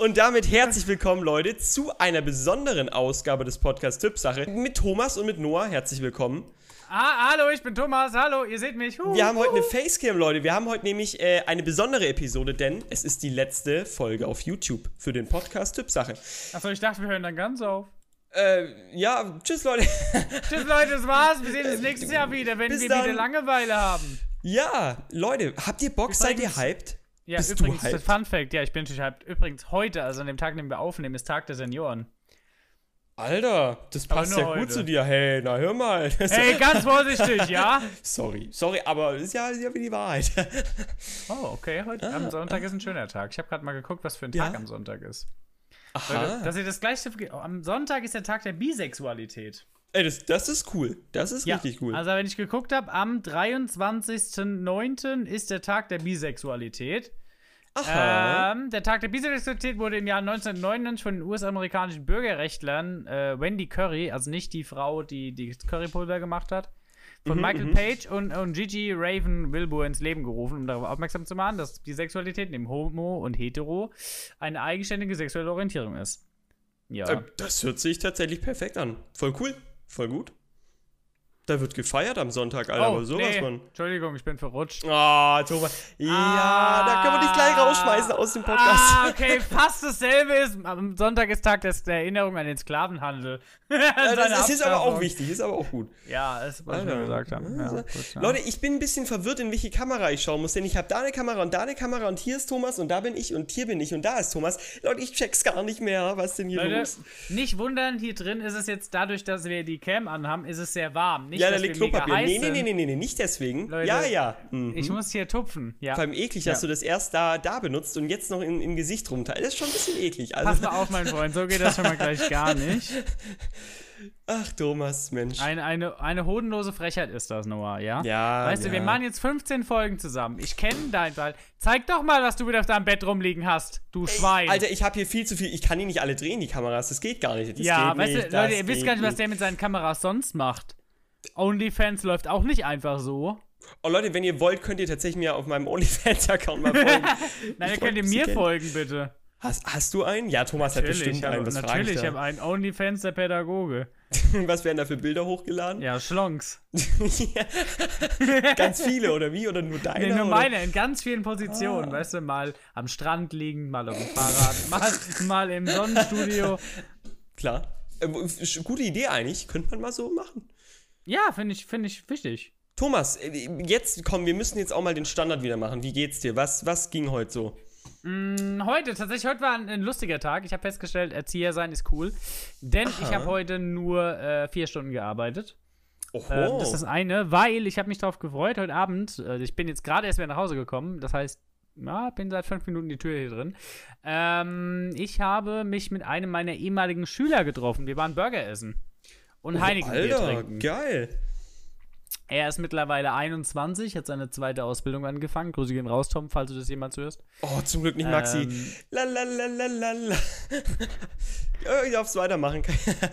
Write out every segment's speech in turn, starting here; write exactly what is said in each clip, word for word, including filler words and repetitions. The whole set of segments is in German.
Und damit herzlich willkommen, Leute, zu einer besonderen Ausgabe des Podcasts Tippsache mit Thomas und mit Noah. Herzlich willkommen. Ah, hallo, ich bin Thomas. Hallo, ihr seht mich. Uh, Wir haben uh. heute eine Facecam, Leute. Wir haben heute nämlich äh, eine besondere Episode, denn es ist die letzte Folge auf YouTube für den Podcast Tippsache. Achso, ich dachte, wir hören dann ganz auf. Äh, ja, tschüss, Leute. Tschüss, Leute, das war's. Wir sehen uns nächstes Jahr wieder, wenn Bis wir dann. wieder Langeweile haben. Ja, Leute, habt ihr Bock? Seid ihr hyped? Ja, Bist übrigens, du hyped? Fun Fact, ja, ich bin natürlich hyped. Übrigens, heute, also an dem Tag, an dem wir aufnehmen, ist Tag der Senioren. Alter, das Aber passt nur ja gut heute. zu dir. Hey, na hör mal. Hey, ganz vorsichtig, ja? Sorry, sorry, aber das ist ja, ist ja wie die Wahrheit. Oh, okay, heute am Sonntag ist ein schöner Tag. Ich habe gerade mal geguckt, was für ein Ja? Tag am Sonntag ist. Aha. Leute, dass ihr das gleiche... Am Sonntag ist der Tag der Bisexualität. Ey, das, das ist cool. Das ist Ja, richtig cool. also wenn ich geguckt habe, am dreiundzwanzigsten neunten ist der Tag der Bisexualität. Aha. Ähm, der Tag der Bisexualität wurde im Jahr neunzehnhundertneunundneunzig von den U S-amerikanischen Bürgerrechtlern äh, Wendy Curry, also nicht die Frau, die die Currypulver gemacht hat, von Mhm, Michael mhm. Page und, und Gigi Raven Wilbur ins Leben gerufen, um darauf aufmerksam zu machen, dass die Sexualität neben Homo und Hetero eine eigenständige sexuelle Orientierung ist. Ja. Äh, das hört sich tatsächlich perfekt an. Voll cool. Voll gut. Da wird gefeiert am Sonntag, Alter, oh, aber sowas, nee. Mann. Entschuldigung, ich bin verrutscht. Ah, Thomas. Ja, Ah. da können wir dich gleich rausschmeißen aus dem Podcast. Ah, okay, fast dasselbe ist. Am Sonntag ist Tag des, der Erinnerung an den Sklavenhandel. Ja, das, das ist aber auch Abschaffung. wichtig, ist aber auch gut. Ja, das ist, was Alter. wir gesagt haben. Ja, Also, gut, ja. Leute, ich bin ein bisschen verwirrt, in welche Kamera ich schauen muss, denn ich habe da eine Kamera und da eine Kamera und hier ist Thomas und da bin ich und hier bin ich und da ist Thomas. Leute, ich check's gar nicht mehr, was denn hier Leute, los? nicht wundern, hier drin ist es jetzt, dadurch, dass wir die Cam anhaben, ist es sehr warm. Nicht, Ja, da dass liegt wir mega Klopapier. heiß Nee, nee, sind. nee, nee, nee, nee, nicht deswegen. Leute, ja, ja. Mhm. Ich muss hier tupfen. Ja. Vor allem eklig, Ja. dass du das erst da, da benutzt und jetzt noch in, im Gesicht rumteilst. Das ist schon ein bisschen eklig. Also, Pass mal auf, mein Freund, so geht das schon mal gleich gar nicht. ach, Thomas, Mensch. Eine, eine, eine hodenlose Frechheit ist das, Noah, ja? Ja, Weißt ja. du, wir machen jetzt fünfzehn Folgen zusammen. Ich kenne dein Fall. Zeig doch mal, was du wieder auf deinem Bett rumliegen hast, du Schwein. Alter, ich habe hier viel zu viel. Ich kann die nicht alle drehen, die Kameras. Das geht gar nicht. Das ja, geht weißt nicht, du, das Leute, ihr wisst geht gar nicht, was der mit seinen Kameras sonst macht. OnlyFans läuft auch nicht einfach so. Oh, Leute, wenn ihr wollt, könnt ihr tatsächlich mir auf meinem OnlyFans-Account mal folgen. Nein, Ich dann wollte könnt ihr ein bisschen mir Geld. folgen, bitte. Hast, hast du einen? Ja, Thomas hat bestimmt ich hab, einen. Was frag natürlich, ich ich da? habe einen OnlyFans der Pädagoge. Was werden da für Bilder hochgeladen? Ja, Schlonks. Ja. Ganz viele, oder wie? Oder nur deine? Nee, nur oder? meine, in ganz vielen Positionen. Ah. Weißt du, mal am Strand liegen, mal auf dem Fahrrad, mal, mal im Sonnenstudio. Klar. Äh, w- gute Idee eigentlich. Könnte man mal so machen. Ja, finde ich, finde ich wichtig. Thomas, äh, jetzt komm, wir müssen jetzt auch mal den Standard wieder machen. Wie geht's dir? Was, was ging heute so? Mm, Heute, tatsächlich, heute war ein, ein lustiger Tag. Ich habe festgestellt, Erzieher sein ist cool. Denn Aha. ich habe heute nur äh, vier Stunden gearbeitet. Oho. Ähm, das ist das eine, weil ich habe mich darauf gefreut heute Abend. Äh, ich bin jetzt gerade erst wieder nach Hause gekommen. Das heißt, ja, bin seit fünf Minuten die Tür hier drin. Ähm, ich habe mich mit einem meiner ehemaligen Schüler getroffen. Wir waren Burger essen und Heineken-Bier Alter, trinken. geil. Er ist mittlerweile einundzwanzig, hat seine zweite Ausbildung angefangen. Grüße gehen raus, Tom, falls du das jemals hörst. Oh, zum Glück nicht Maxi. Ähm, Lalalala. Ja, ich darf's weitermachen.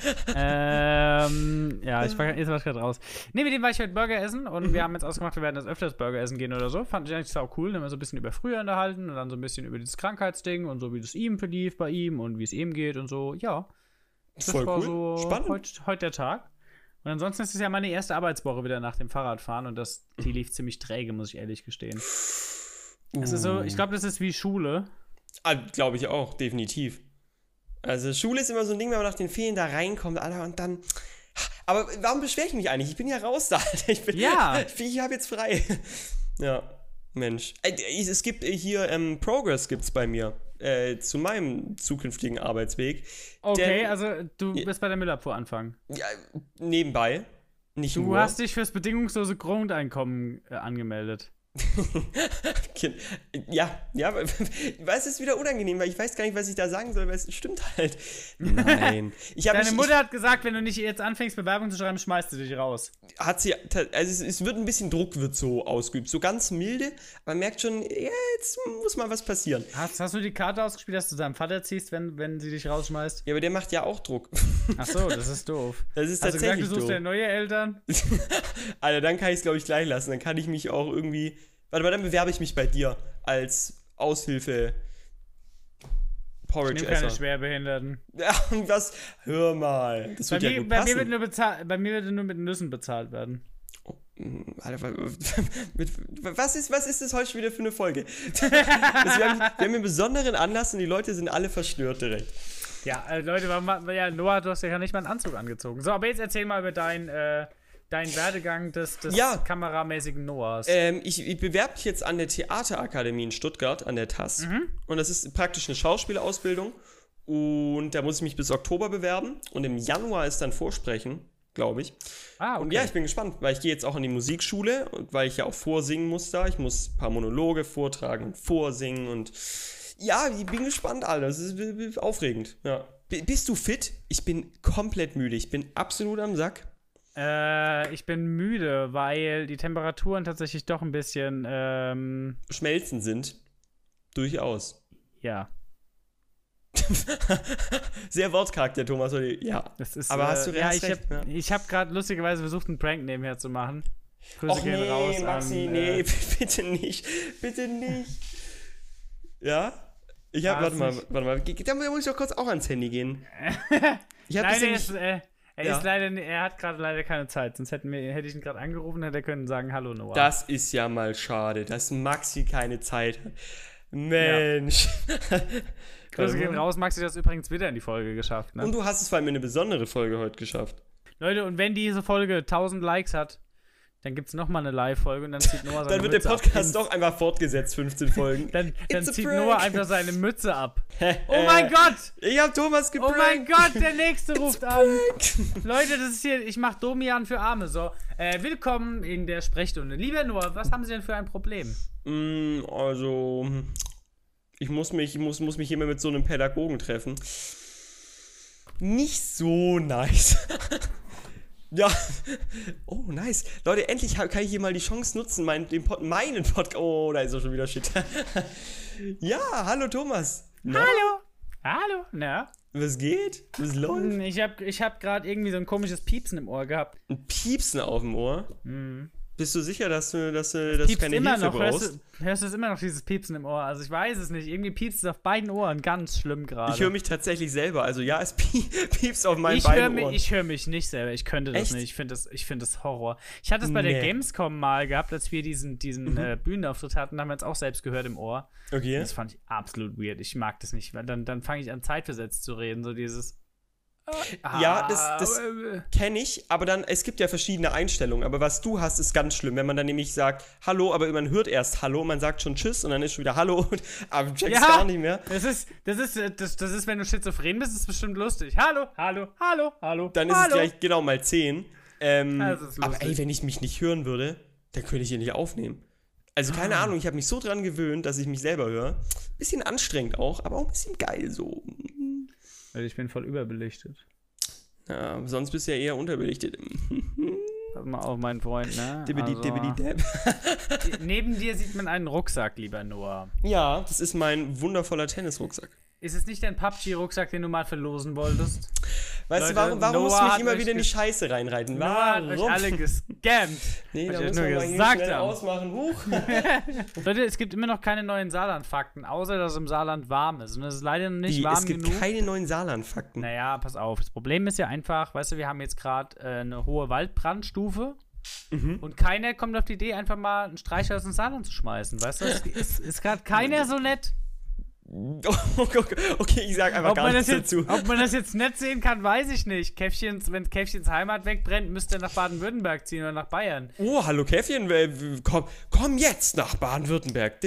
ähm, ja, ich war, jetzt war ich gerade raus. Ne, mit dem war ich heute Burger essen und Mhm. wir haben jetzt ausgemacht, wir werden jetzt öfters Burger essen gehen oder so. Fand ich eigentlich auch cool. Dann haben wir so ein bisschen über früher unterhalten und dann so ein bisschen über dieses Krankheitsding und so, wie das ihm verlief bei ihm und wie es ihm geht und so. Ja, das Voll war cool. so Spannend. heute heut der Tag. Und ansonsten ist es ja meine erste Arbeitswoche wieder nach dem Fahrradfahren und das, die lief ziemlich träge, muss ich ehrlich gestehen. Es ist so, ich glaube, das ist wie Schule. Ah, glaube ich auch, definitiv. Also Schule ist immer so ein Ding, wenn man nach den Ferien da reinkommt, Alter, und dann... Aber warum beschwere ich mich eigentlich? Ich bin ja raus da, Alter. Ich bin, Ja. Ich, ich habe jetzt frei. Ja, Mensch. Äh, Es gibt hier, ähm, Progress gibt's bei mir, äh, zu meinem zukünftigen Arbeitsweg. Okay, Denn- also du Ja. bist bei der Müllabfuhr anfangen. Ja, nebenbei. Nicht Du nur. hast dich fürs bedingungslose Grundeinkommen äh, angemeldet. Kind- Ja, ja, weil es ist wieder unangenehm, weil ich weiß gar nicht, was ich da sagen soll, weil es stimmt halt. Nein. Ich hab Deine mich, Mutter hat gesagt, wenn du nicht jetzt anfängst, Bewerbung zu schreiben, schmeißt du dich raus. ich, hat sie, also es, es wird ein bisschen Druck wird so ausgeübt, so ganz milde, man merkt schon, ja, jetzt muss mal was passieren. Hast, hast du die Karte ausgespielt, dass du deinem Vater ziehst, wenn, wenn sie dich rausschmeißt? Ja, aber der macht ja auch Druck. Ach so, das ist doof. Das ist Hast du gesagt, du tatsächlich suchst doof. ja neue Eltern? Alter, dann kann ich es, glaube ich, gleich lassen. Dann kann ich mich auch irgendwie. Warte mal, dann bewerbe ich mich bei dir als Aushilfe Ich nehme keine Porridge-Esser. Schwerbehinderten. Ja, was? Hör mal. Das Bei wird ja mir, gut bei, mir passen. wird nur bezahl- bei mir wird nur mit Nüssen bezahlt werden. Oh, mm, Alter, wa- mit, was, ist, was ist das heute schon wieder für eine Folge? Das, wir, haben, wir haben einen besonderen Anlass und die Leute sind alle verstört direkt. Ja, äh, Leute, warum, ja, Noah, du hast ja nicht mal einen Anzug angezogen. So, aber jetzt erzähl mal über deinen äh, dein Werdegang des, des Ja. kameramäßigen Noahs. Ähm, ich, ich bewerbe mich jetzt an der Theaterakademie in Stuttgart, an der T A S. Mhm. Und das ist praktisch eine Schauspielausbildung. Und da muss ich mich bis Oktober bewerben. Und im Januar ist dann Vorsprechen, glaube ich. Ah, okay. Und ja, ich bin gespannt, weil ich gehe jetzt auch in die Musikschule und weil ich ja auch vorsingen muss da. Ich muss ein paar Monologe vortragen und vorsingen und ja, ich bin gespannt, Alter. Das ist b- b- aufregend. Ja. B- bist du fit? Ich bin komplett müde. Ich bin absolut am Sack. Äh, ich bin müde, weil die Temperaturen tatsächlich doch ein bisschen, ähm, Schmelzen sind. Durchaus. ja. Sehr wortkarg, der Thomas. Ja. Das ist, Aber äh, hast du ja, recht, ich recht, hab, ja. ich hab gerade lustigerweise versucht, einen Prank nebenher zu machen. Grüße Och gehen nee, raus Maxi, an, nee, äh, bitte nicht. Bitte nicht. Ja? Ich hab, Ah, warte ist mal, nicht- warte mal. Ge- Da muss ich doch kurz auch ans Handy gehen. Ich hab das Nein, er nämlich, ist, äh, er, Ja. ist leider, er hat gerade leider keine Zeit, sonst hätten wir, hätte ich ihn gerade angerufen, hätte er können sagen, hallo Noah. das ist ja mal schade, dass Maxi keine Zeit hat. Mensch. Grüße gehen raus, Maxi hat es übrigens wieder in die Folge geschafft, ne? Und du hast es vor allem in eine besondere Folge heute geschafft. Leute, und wenn diese Folge tausend Likes hat, dann gibt es nochmal eine Live-Folge und dann zieht Noah seine Dann wird der Mütze ab. Podcast doch einfach fortgesetzt, fünfzehn Folgen. Dann, dann It's a zieht prank. Noah einfach seine Mütze ab. Äh, Oh mein Gott! Ich hab Thomas Oh geprankt. mein Gott, der Nächste ruft an. Leute, das ist hier, ich mach Domian für Arme. So, äh, willkommen in der Sprechstunde. Lieber Noah, was haben Sie denn für ein Problem? Mm, Also, ich muss mich, ich muss, muss mich immer mit so einem Pädagogen treffen. Nicht so nice. Ja. Oh, nice. Leute, endlich hab- kann ich hier mal die Chance nutzen, mein, den Pod, meinen Podcast. Oh, da ist er schon wieder Shit. Ja, hallo Thomas. Na, Hallo. Hallo. Na? was geht? Was läuft? Ich hab, ich hab gerade irgendwie so ein komisches Piepsen im Ohr gehabt. Ein Piepsen auf dem Ohr. Mhm. Bist du sicher, dass du, dass du, dass du Piepst keine immer Hilfe noch. Hörst brauchst? du, hörst du es immer noch, dieses Piepsen im Ohr? Also ich weiß es nicht. Irgendwie piepst es auf beiden Ohren. Ganz schlimm gerade. Ich höre mich tatsächlich selber. Also ja, es pie piepst auf meinen Ich höre beiden mich, Ohren. ich hör mich nicht selber. Ich könnte das Echt? nicht. Ich finde das, ich find das Horror. Ich hatte es bei der Nee. Gamescom mal gehabt, als wir diesen, diesen Mhm. äh, Bühnenauftritt hatten, haben wir uns auch selbst gehört im Ohr. Okay. Das fand ich absolut weird. Ich mag das nicht. Weil dann, dann fange ich an, zeitversetzt zu reden. So dieses. Ja, das- das- äh, Kenne ich, aber dann, es gibt ja verschiedene Einstellungen. Aber was du hast, ist ganz schlimm. Wenn man dann nämlich sagt, Hallo, aber man hört erst Hallo, man sagt schon Tschüss und dann ist schon wieder Hallo und aber du checkst Ja. gar nicht mehr. Das ist, das ist, äh, das, das ist, wenn du schizophren bist, ist bestimmt lustig. Hallo, hallo, hallo, hallo. Dann ist hallo. es gleich genau mal zehn. Ähm, Das ist aber lustig. ey, wenn ich mich nicht hören würde, dann könnte ich hier nicht aufnehmen. Also keine Ah. Ahnung, ich habe mich so dran gewöhnt, dass ich mich selber höre. Bisschen anstrengend auch, aber auch ein bisschen geil so. Weil ich bin voll überbelichtet. Ja, sonst bist du ja eher unterbelichtet. Pass mal auf, mein Freund, ne? Dibbidi, Also, dibbidi, dab. neben dir sieht man einen Rucksack, lieber Noah. Ja, das ist mein wundervoller Tennisrucksack. Ist es nicht dein P U B G-Rucksack, den du mal verlosen wolltest? Weißt Leute, du, warum, warum musst Noah du mich hat immer euch wieder in die ges- Scheiße reinreiten? Noah hat euch Warum? alle gescammt. Nee, Hab da ich muss nur man mal hier gesagt schnell haben. ausmachen. Huch. Leute, es gibt immer noch keine neuen Saarland-Fakten, außer dass es im Saarland warm ist. Und es ist leider noch nicht Wie, warm es gibt genug. keine neuen Saarland-Fakten. Naja, pass auf. Das Problem ist ja einfach, weißt du, wir haben jetzt gerade äh, eine hohe Waldbrandstufe Mhm. und keiner kommt auf die Idee, einfach mal einen Streichholz ins Saarland zu schmeißen. Weißt du, es ist, ist gerade keiner so nett. Okay, okay, ich sag einfach Ob gar man, das nichts jetzt, dazu. ob man das jetzt nett sehen kann, weiß ich nicht. Käffchens, wenn Käffchens Heimat wegbrennt, müsste er nach Baden-Württemberg ziehen oder nach Bayern. Oh, hallo Käffchen, äh, komm, komm jetzt nach Baden-Württemberg.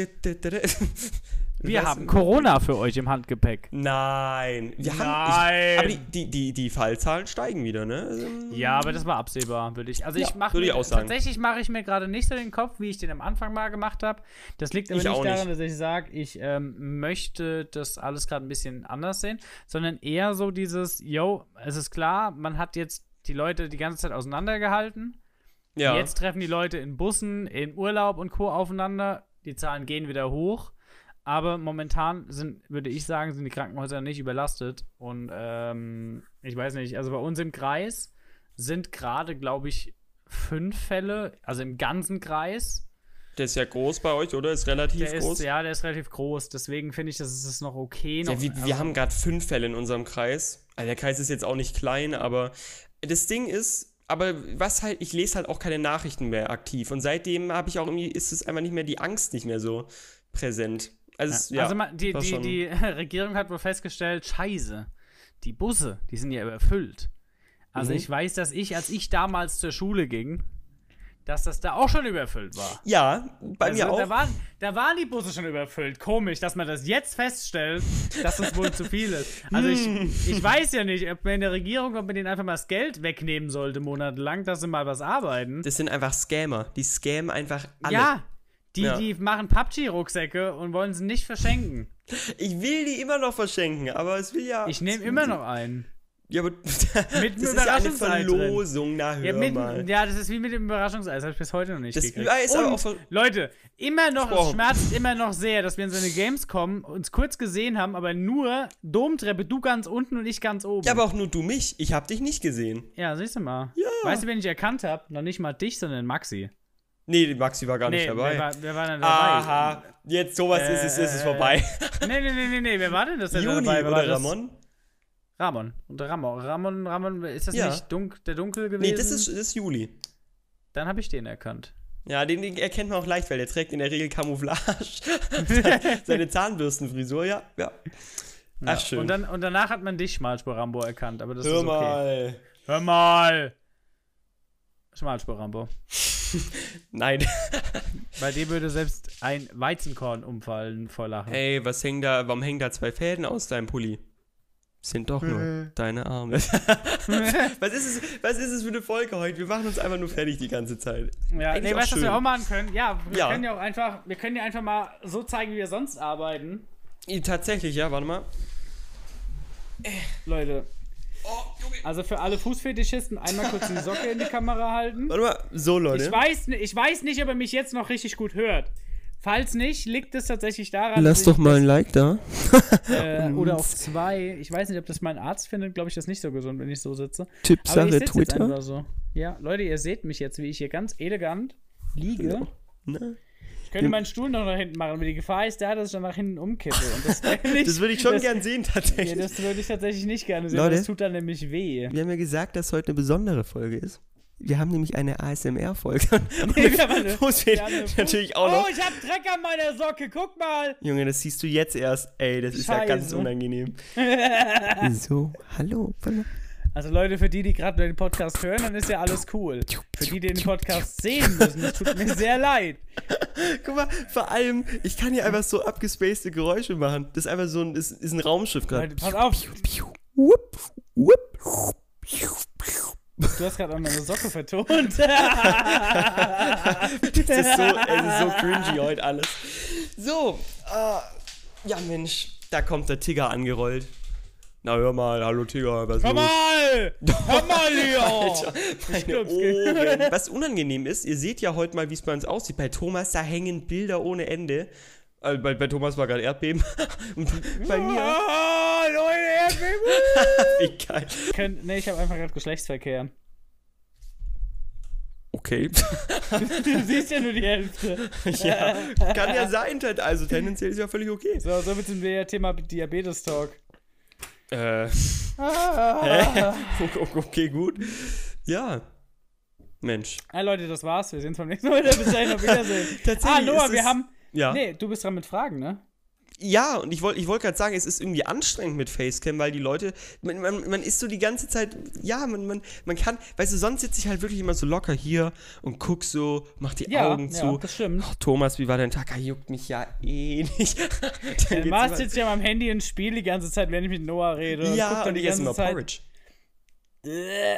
Wir Was? haben Corona für euch im Handgepäck. Nein. Wir Haben, Nein. ich, aber die, die, die, die Fallzahlen steigen wieder, ne? Also, Ja, aber das war absehbar, würde ich. Also Ja, ich mache würde ich auch sagen. tatsächlich mache ich mir gerade nicht so den Kopf, wie ich den am Anfang mal gemacht habe. Das liegt aber Ich nicht auch daran, nicht. dass ich sage, ich ähm, möchte das alles gerade ein bisschen anders sehen, sondern eher so dieses, yo, es ist klar, man hat jetzt die Leute die ganze Zeit auseinandergehalten. ja. Jetzt treffen die Leute in Bussen, in Urlaub und Co. aufeinander. Die Zahlen gehen wieder hoch. Aber momentan sind, würde ich sagen, sind die Krankenhäuser nicht überlastet. Und ähm, ich weiß nicht, also bei uns im Kreis sind gerade, glaube ich, fünf Fälle, also im ganzen Kreis. Der ist ja groß bei euch, oder? Ist relativ der groß? Ist, ja, der ist relativ groß. Deswegen finde ich, das ist noch okay. Noch, ja, wir, wir also, haben gerade fünf Fälle in unserem Kreis. Also der Kreis ist jetzt auch nicht klein, aber das Ding ist, aber was halt, ich lese halt auch keine Nachrichten mehr aktiv. Und seitdem habe ich auch irgendwie, ist es einfach nicht mehr die Angst nicht mehr so präsent. Also, es, ja, also man, die, die, die Regierung hat wohl festgestellt, scheiße, die Busse, die sind ja überfüllt. Also Mhm. ich weiß, dass ich, als ich damals zur Schule ging, dass das da auch schon überfüllt war. Ja, bei also, mir auch. Da waren, da waren die Busse schon überfüllt. Komisch, dass man das jetzt feststellt, dass das wohl zu viel ist. Also ich, ich weiß ja nicht, ob man in der Regierung, ob man denen einfach mal das Geld wegnehmen sollte, monatelang, dass sie mal was arbeiten. Das sind einfach Scammer. Die scammen einfach alle. Ja, die, Ja. die machen P U B G-Rucksäcke und wollen sie nicht verschenken. Ich will die immer noch verschenken, aber es will ja... Ich nehme immer noch einen. Ja, aber Mit das einem ist ja eine Überraschungsei Verlosung, na hör Ja, mit, mal. ja, das ist wie mit dem Überraschungseis, das habe ich bis heute noch nicht Das gekriegt. ist aber Und, auch ver- Leute, immer noch, es Versprochen. schmerzt immer noch sehr, dass wir in so eine Gamescom uns kurz gesehen haben, aber nur Domtreppe, du ganz unten und ich ganz oben. Ja, aber auch nur du mich. Ich hab dich nicht gesehen. Ja, siehst du mal. Ja. Weißt du, wen ich erkannt habe? Noch nicht mal dich, sondern Maxi. Nee, die Maxi war gar nicht Nee, dabei. wer war, wer war denn dabei? Aha, jetzt sowas ist es, ist es Äh, vorbei. Nee, nee, nee, nee, nee, wer war denn das denn Juni dabei? Wer war oder das? Ramon? Ramon. Und der Ramon. Ramon, Ramon, ist das Ja. nicht dunk, der Dunkel gewesen? Nee, das ist, das ist Juli. Dann habe ich den erkannt. Ja, den, den erkennt man auch leicht, weil der trägt in der Regel Camouflage. Seine Zahnbürstenfrisur, ja. ja. Ach, Ja. schön. Und, dann, und danach hat man dich, Schmalspur Rambo, erkannt, aber das Hör ist okay. mal. Hör mal! Schmalspur Rambo. Nein. Bei dir würde selbst ein Weizenkorn umfallen vor Lachen. Ey, was hängen da, warum hängen da zwei Fäden aus deinem Pulli? Sind doch nur deine Arme. was, ist es, was ist es für eine Folge heute? Wir machen uns einfach nur fertig die ganze Zeit. Ja, Eigentlich nee, auch weißt du, was schön. wir auch machen können? Ja, wir Ja. können ja auch einfach, wir können ja einfach mal so zeigen, wie wir sonst arbeiten. Tatsächlich, ja, warte mal. Leute, Oh, Junge. also für alle Fußfetischisten einmal kurz die Socke in die Kamera halten. Warte mal, so Leute. Ich weiß, ni- ich weiß nicht, ob er mich jetzt noch richtig gut hört. Falls nicht, liegt es tatsächlich daran, Lass dass doch ich mal ein Like da. Äh, oder auf zwei. Ich weiß nicht, ob das mein Arzt findet. Glaube ich, das nicht so gesund, wenn ich so sitze. Aber ich Tippsache sitze jetzt Twitter. einfach so. Ja, Leute, ihr seht mich jetzt, wie ich hier ganz elegant liege. Ne? Ich könnte meinen Stuhl noch nach hinten machen, aber die Gefahr ist da, dass ich dann nach hinten umkippe. Und das, nicht, Das würde ich schon das, gern sehen, Ja, tatsächlich. das würde ich tatsächlich nicht gerne sehen, Leute. weil das tut dann nämlich weh. Wir haben ja gesagt, dass heute eine besondere Folge ist. Wir haben nämlich eine A S M R-Folge. Nee, wir haben eine- Fuß wir haben eine Fuß- natürlich auch noch. Oh, ich hab Dreck an meiner Socke, guck mal! Junge, das siehst du jetzt erst. Ey, das ist ja ganz Scheiße. unangenehm. so, hallo. Also Leute, für die, die gerade den Podcast hören, dann ist ja alles cool. Für die, die den Podcast sehen müssen, das tut mir sehr leid. Guck mal, vor allem, ich kann hier einfach so abgespacede Geräusche machen. Das ist einfach so ein, ist, ist ein Raumschiff gerade. Leute, pass auf, Wupp, wupp. du hast gerade auch meine Socke vertont. Das ist so, es ist so cringy heute alles. So, äh, ja Mensch, da kommt der Tigger angerollt. Na hör mal, hallo Tigger, was ist Hör los? mal! Hör mal hier! Alter, meine glaub's, Ohren. Was unangenehm ist, ihr seht ja heute mal, wie es bei uns aussieht. Bei Thomas, da hängen Bilder ohne Ende. Äh, bei, bei Thomas war gerade Erdbeben. Und bei mir, Oh, Leute, Erdbeben! wie geil. Könnt, nee, ich habe einfach gerade Geschlechtsverkehr. Okay. Du siehst ja nur die Hälfte. Ja, kann ja sein, also tendenziell ist ja völlig okay. So, somit sind wir ja Thema Diabetes-Talk. Äh, Ah. hä? Okay, gut. Ja. Mensch. Ah, Leute, das war's. Wir sehen uns beim nächsten Mal wieder. Bis dahin, auf Wiedersehen. Tatsächlich Ah, Noah, ist wir es- haben... Ja. Nee, du bist dran mit Fragen, ne? Ja, und ich wollte ich wollt gerade sagen, es ist irgendwie anstrengend mit Facecam, weil die Leute, man, man, man ist so die ganze Zeit, ja, man, man, man kann, weißt du, sonst sitze ich halt wirklich immer so locker hier und guck so, mach die Ja, Augen ja, zu. das stimmt. Ach, Thomas, wie war dein Tag? Ah, juckt mich ja eh nicht. Dann Der geht's Mars immer- sitzt ja am Handy und spielt die ganze Zeit, wenn ich mit Noah rede. Und ja, guckt dann und die ich esse ganze immer Zeit. Porridge. Äh,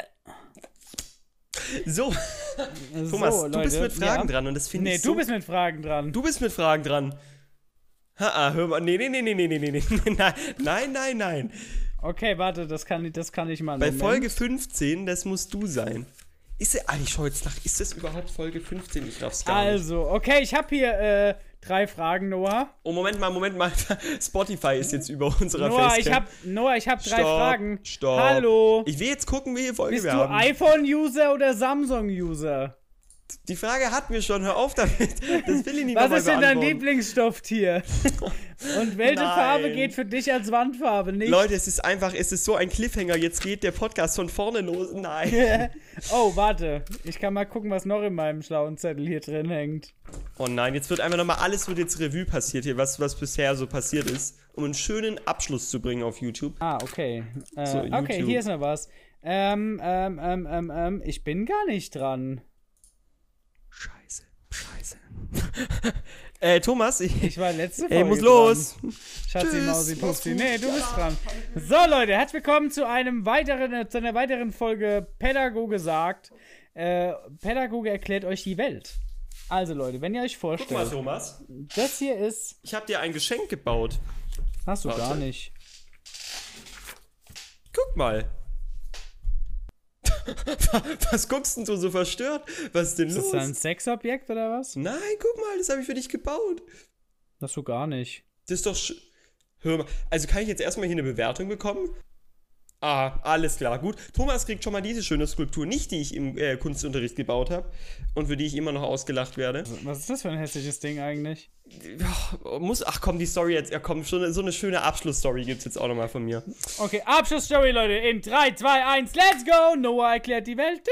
So, Thomas, so, du bist Leute, mit Fragen ja. dran und das finde Nee, ich du so... bist mit Fragen dran. Du bist mit Fragen dran. Ha, hör mal, nee, nee, nee, nee, nee, nee, nee, nee, nein, nein, nein, nein. Okay, warte, das kann, ich- das kann ich mal. Bei Moment. Folge fünfzehn, das musst du sein. Ist er, ah, ich schau jetzt nach, ist das überhaupt Folge fünfzehn? Ich glaub's gar nicht. Also, okay, ich habe hier äh, drei Fragen, Noah. Oh, Moment mal, Moment mal. Spotify ist jetzt über unserer Noah, Facecam. ich hab, Noah, ich habe drei Stopp, Fragen. stopp. Hallo. Ich will jetzt gucken, welche Folge Bist wir du haben. iPhone-User oder Samsung-User? Die Frage hatten wir schon, hör auf damit. Das will ich nicht Was nochmal ist denn dein beantworten. Lieblingsstofftier? Und welche Nein. Farbe geht für dich als Wandfarbe nicht? Leute, es ist einfach, es ist so ein Cliffhanger. Jetzt geht der Podcast von vorne los. Nein. Oh, warte. Ich kann mal gucken, was noch in meinem schlauen Zettel hier drin hängt. Oh nein, jetzt wird einfach nochmal alles wird jetzt Revue passiert hier, was, was bisher so passiert ist, um einen schönen Abschluss zu bringen auf YouTube. Ah, okay. Äh, So, okay, YouTube. hier ist noch was. Ähm, ähm, ähm, ähm, ähm, ich bin gar nicht dran. Scheiße, scheiße. äh, Thomas, ich, Ich war letzte Folge ey, muss dran. los. Schatzi, Tschüss, Mausi, mach's Pupsi. gut. Nee, du bist dran. So, Leute, herzlich willkommen zu einem weiteren, äh, zu einer weiteren Folge Pädagoge sagt. Äh, Pädagoge erklärt euch die Welt. Also, Leute, wenn ihr euch Guck mal, vorstellt, Thomas, das hier ist. ich habe dir ein Geschenk gebaut. Hast du Warte. gar nicht. Guck mal. Was guckst denn du so verstört? Was ist denn Ist los? das ein Sexobjekt oder was? Nein, guck mal, das habe ich für dich gebaut. Hast du gar nicht. Das ist doch. sch- Hör mal. Also kann ich jetzt erstmal hier eine Bewertung bekommen? Ah, alles klar, gut. Thomas kriegt schon mal diese schöne Skulptur, nicht die ich im äh, Kunstunterricht gebaut habe und für die ich immer noch ausgelacht werde. Was ist das für ein hässliches Ding eigentlich? Ja, muss, ach komm, die Story jetzt, ja komm, schon so eine schöne Abschlussstory gibt's jetzt auch nochmal von mir. Okay, Abschlussstory, Leute. In drei, zwei, eins, let's go! Noah erklärt die Welt.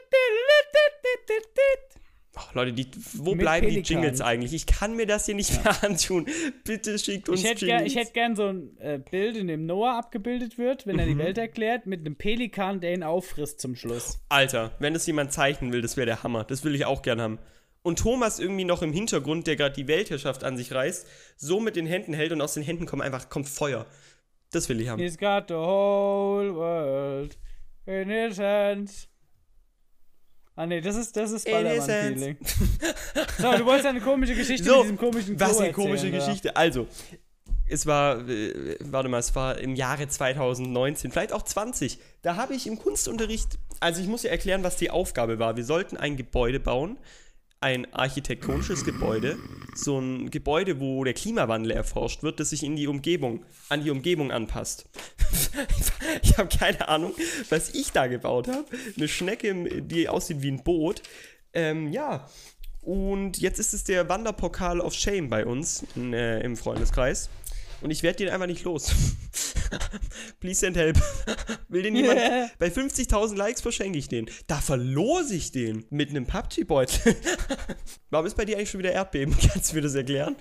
Ach, Leute, die, wo Mit bleiben die Pelikan. Jingles eigentlich? Ich kann mir das hier nicht mehr antun. Bitte schickt uns Ich hätte Jingles. gern, ich hätt gern so ein äh, Bild, in dem Noah abgebildet wird, wenn er die Welt erklärt, mit einem Pelikan, der ihn auffrisst zum Schluss. Alter, wenn das jemand zeichnen will, das wäre der Hammer. Das will ich auch gern haben. Und Thomas irgendwie noch im Hintergrund, der gerade die Weltherrschaft an sich reißt, so mit den Händen hält und aus den Händen kommt einfach kommt Feuer. Das will ich haben. He's got the whole world in his hands. Ah ne, das ist, das ist In his Ballermann-Feeling. So, du wolltest eine komische Geschichte So, mit diesem komischen Klo Was eine erzählen, komische oder? Geschichte. Also, es war, äh, warte mal, es war im Jahre zwanzig neunzehn, vielleicht auch zwanzig. Da habe ich im Kunstunterricht, also ich muss ja erklären, was die Aufgabe war. Wir sollten ein Gebäude bauen, ein architektonisches Gebäude, so ein Gebäude, wo der Klimawandel erforscht wird, das sich in die Umgebung, an die Umgebung anpasst. Ich habe keine Ahnung, was ich da gebaut habe. Eine Schnecke, die aussieht wie ein Boot. Ähm, ja, und jetzt ist es der Wanderpokal of Shame bei uns in, äh, im Freundeskreis. Und ich werde den einfach nicht los. Please send help. Will den jemand? Bei fünfzigtausend Likes verschenke ich den. Da verlose ich den mit einem P U B G-Beutel. Warum ist bei dir eigentlich schon wieder Erdbeben? Kannst du mir das erklären?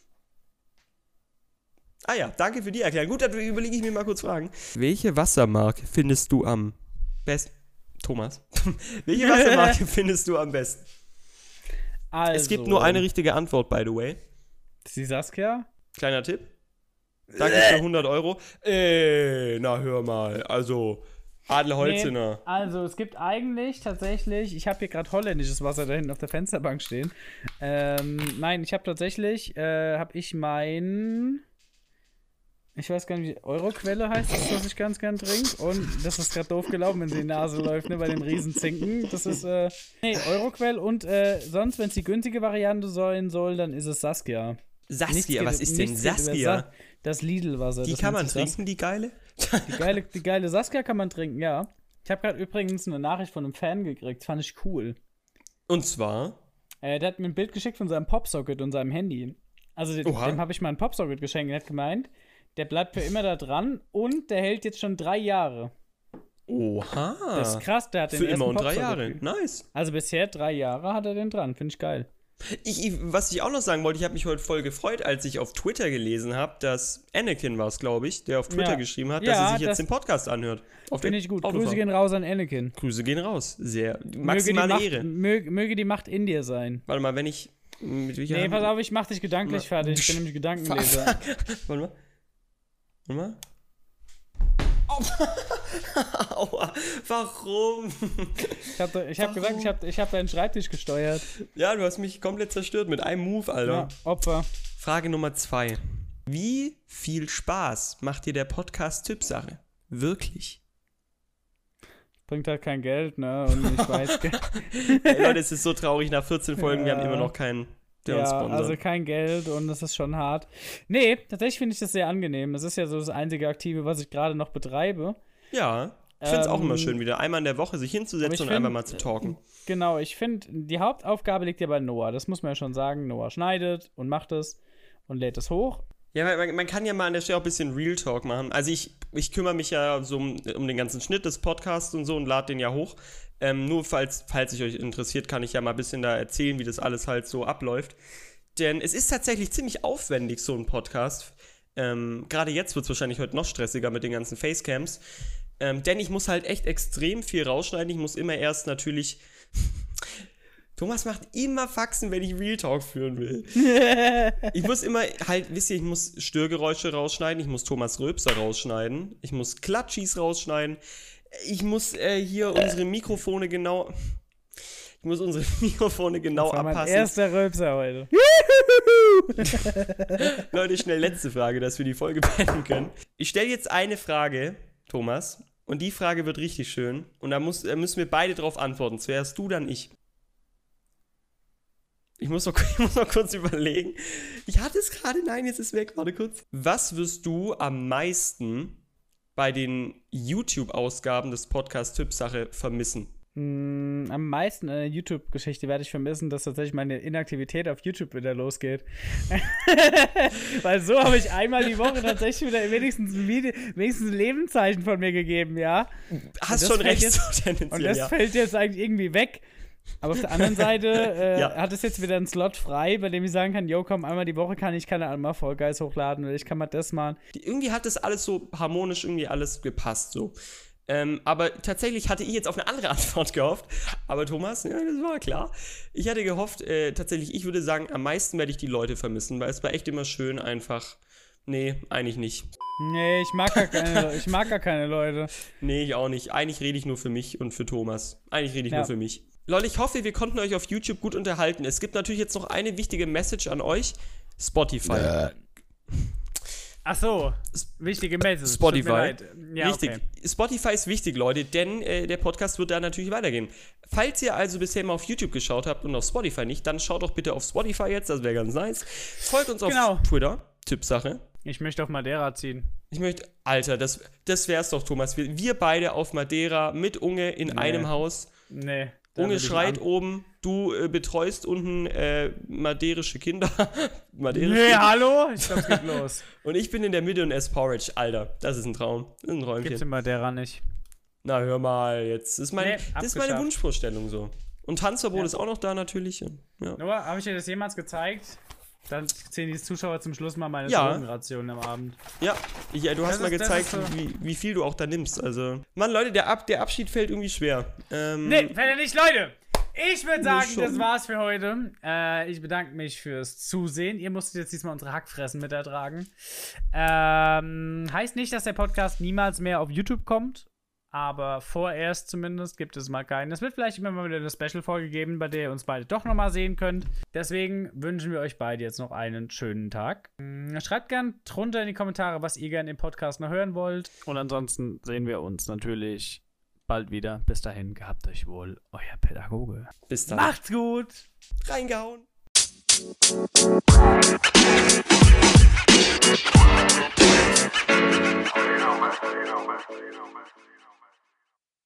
Ah ja, danke für die Erklärung. Gut, dann überlege ich mir mal kurz Fragen. Welche Wassermarke findest du am besten? Thomas. Welche Wassermarke findest du am besten? Also, Es gibt nur eine richtige Antwort, by the way. Ist die Saskia? Kleiner Tipp. Danke für hundert Euro. Äh, na hör mal. Also, Adler Holziner. Nee, also, es gibt eigentlich tatsächlich, ich habe hier gerade holländisches Wasser da hinten auf der Fensterbank stehen. Ähm, nein, ich habe tatsächlich, äh, habe ich mein, ich weiß gar nicht, wie Euroquelle heißt das, was ich ganz gern trinke. Und das ist gerade doof gelaufen, wenn sie in die Nase läuft, ne, bei den Riesenzinken. Das ist, äh, nee, Euroquell und äh, sonst, wenn es die günstige Variante sein soll, dann ist es Saskia. Nichts Saskia, geht- was ist denn nichts geht über Saskia? Sa- Das Lidl-Wasser. Die das kann nennt man sich Sas- trinken, die geile? Die geile, die geile Saskia kann man trinken, ja. Ich habe gerade übrigens eine Nachricht von einem Fan gekriegt, fand ich cool. Und zwar, Äh, der hat mir ein Bild geschickt von seinem Popsocket und seinem Handy. Also dem, Oha. dem habe ich mal ein Popsocket geschenkt und er hat gemeint, der bleibt für immer da dran und der hält jetzt schon drei Jahre. oha. Das ist krass, der hat den Für ersten immer und drei Popsocket Jahre. ge- Nice. Also bisher drei Jahre hat er den dran, finde ich geil. Ich, ich, was ich auch noch sagen wollte, ich habe mich heute voll gefreut, als ich auf Twitter gelesen habe, dass Anakin war es, glaube ich, der auf Twitter Ja. geschrieben hat, Ja, dass er sich jetzt das- den Podcast anhört. Auf Finde der ich gut. Autofahrt. Grüße gehen raus an Anakin. Grüße gehen raus. Sehr. Möge die, Maximale Macht, Ehre. möge, möge die Macht in dir sein. Warte mal, wenn ich. Mit welcher Nee, Hand- pass auf, ich mach dich gedanklich Ma- fertig. Ich bin nämlich Gedankenleser. Warte mal. Warte mal. Aua, warum? Ich habe ich hab gesagt, ich habe ich hab deinen Schreibtisch gesteuert. Ja, du hast mich komplett zerstört mit einem Move, Alter. Ja, Opfer. Frage Nummer zwei. Wie viel Spaß macht dir der Podcast Tippsache? Wirklich? Bringt halt kein Geld, ne? Und ich weiß. ge- Ey, Leute, es ist so traurig, nach vierzehn Folgen, wir haben Ja. immer noch keinen, der uns ja, sponsert. also kein Geld und das ist schon hart. Nee, tatsächlich finde ich das sehr angenehm. Das ist ja so das einzige Aktive, was ich gerade noch betreibe. Ja, Ich finde es Ähm, auch immer schön, wieder einmal in der Woche sich aber hinzusetzen ich und find, einfach mal zu talken. Genau, ich finde, die Hauptaufgabe liegt ja bei Noah. Das muss man ja schon sagen. Noah schneidet und macht es und lädt es hoch. Ja, man, man kann ja mal an der Stelle auch ein bisschen Real Talk machen. Also ich, ich kümmere mich ja so um, um den ganzen Schnitt des Podcasts und so und lade den ja hoch. Ähm, nur falls, falls sich euch interessiert, kann ich ja mal ein bisschen da erzählen, wie das alles halt so abläuft. Denn es ist tatsächlich ziemlich aufwendig, so ein Podcast. Ähm, gerade jetzt wird es wahrscheinlich heute noch stressiger mit den ganzen Facecams. Ähm, denn ich muss halt echt extrem viel rausschneiden. Ich muss immer erst natürlich... Thomas macht immer Faxen, wenn ich Real Talk führen will. Ich muss immer, halt, wisst ihr, ich muss Störgeräusche rausschneiden, ich muss Thomas Röpser rausschneiden, ich muss Klatschis rausschneiden, ich muss äh, hier unsere Mikrofone genau, ich muss unsere Mikrofone genau das war mein abpassen. erster Röpser heute. Leute, schnell letzte Frage, dass wir die Folge beenden können. Ich stelle jetzt eine Frage, Thomas, und die Frage wird richtig schön und da, muss, da müssen wir beide drauf antworten. Zuerst du, dann ich. Ich muss, noch, ich muss noch kurz überlegen. Ich hatte es gerade, nein, jetzt ist es weg, warte kurz. Was wirst du am meisten bei den YouTube-Ausgaben des Podcasts Typsache vermissen? Mm, am meisten in der YouTube-Geschichte werde ich vermissen, dass tatsächlich meine Inaktivität auf YouTube wieder losgeht. Weil so habe ich einmal die Woche tatsächlich wieder wenigstens ein, Video, wenigstens ein Lebenszeichen von mir gegeben, ja. Hast schon recht, jetzt, so tendenziell, Und das ja. fällt jetzt eigentlich irgendwie weg. Aber auf der anderen Seite äh, Ja. hat es jetzt wieder einen Slot frei, bei dem ich sagen kann, yo, komm, einmal die Woche kann ich keine Ahnung mal Fall Guys hochladen oder ich kann mal das machen. Die- Irgendwie hat das alles so harmonisch irgendwie alles gepasst, so. Ähm, aber tatsächlich hatte ich jetzt auf eine andere Antwort gehofft. Aber Thomas, ja, das war klar. Ich hatte gehofft, äh, tatsächlich, ich würde sagen, am meisten werde ich die Leute vermissen, weil es war echt immer schön einfach. Nee, eigentlich nicht. Nee, ich mag gar keine, ich mag gar keine Leute. Nee, ich auch nicht. Eigentlich rede ich nur für mich und für Thomas. Eigentlich rede ich Ja. nur für mich. Leute, ich hoffe, wir konnten euch auf YouTube gut unterhalten. Es gibt natürlich jetzt noch eine wichtige Message an euch. Spotify. Äh. Ach so, wichtige Message. Spotify. Tut mir leid. Ja, Wichtig. okay. Spotify ist wichtig, Leute, denn äh, der Podcast wird da natürlich weitergehen. Falls ihr also bisher mal auf YouTube geschaut habt und auf Spotify nicht, dann schaut doch bitte auf Spotify jetzt, das wäre ganz nice. Folgt uns Genau. auf Twitter, Tippsache. Ich möchte auf Madeira ziehen. Ich möchte, Alter, das, das wär's doch, Thomas. Wir, wir beide auf Madeira mit Unge in Nee. einem Haus. Nee. da Unge will ich schreit an- oben, du äh, betreust unten äh, madeirische Kinder. Madeirische Nee, Kinder. hallo? Ich glaub, es geht los. Und ich bin in der Mitte und esse Porridge. Alter, das ist ein Traum. Das ist ein Träumchen. Gibt's in Madeira nicht. Na, hör mal, jetzt. Das ist, mein, Nee, das ist meine abgeschafft. Wunschvorstellung so. Und Tanzverbot Ja. ist auch noch da natürlich. Ja. Noah, habe ich dir das jemals gezeigt? Dann zählen die Zuschauer zum Schluss mal meine Ja. Drogenration am Abend. Ja, ja, du hast Das mal ist- das gezeigt, ist so. wie, wie viel du auch da nimmst. Also, Mann, Leute, der, Ab, der Abschied fällt irgendwie schwer. Ähm, Nee, fällt ja nicht, Leute! Ich würde sagen, schon. das war's für heute. Äh, ich bedanke mich fürs Zusehen. Ihr musstet jetzt diesmal unsere Hackfressen mit ertragen. Ähm, heißt nicht, dass der Podcast niemals mehr auf YouTube kommt. Aber vorerst zumindest gibt es mal keinen. Es wird vielleicht immer mal wieder eine Special-Folge geben, bei der ihr uns beide doch nochmal sehen könnt. Deswegen wünschen wir euch beide jetzt noch einen schönen Tag. Mm, Schreibt gern drunter in die Kommentare, was ihr gerne im Podcast noch hören wollt. Und ansonsten sehen wir uns natürlich bald wieder. Bis dahin, gehabt euch wohl, euer Pädagoge. Bis dann. Macht's gut! Reingehauen.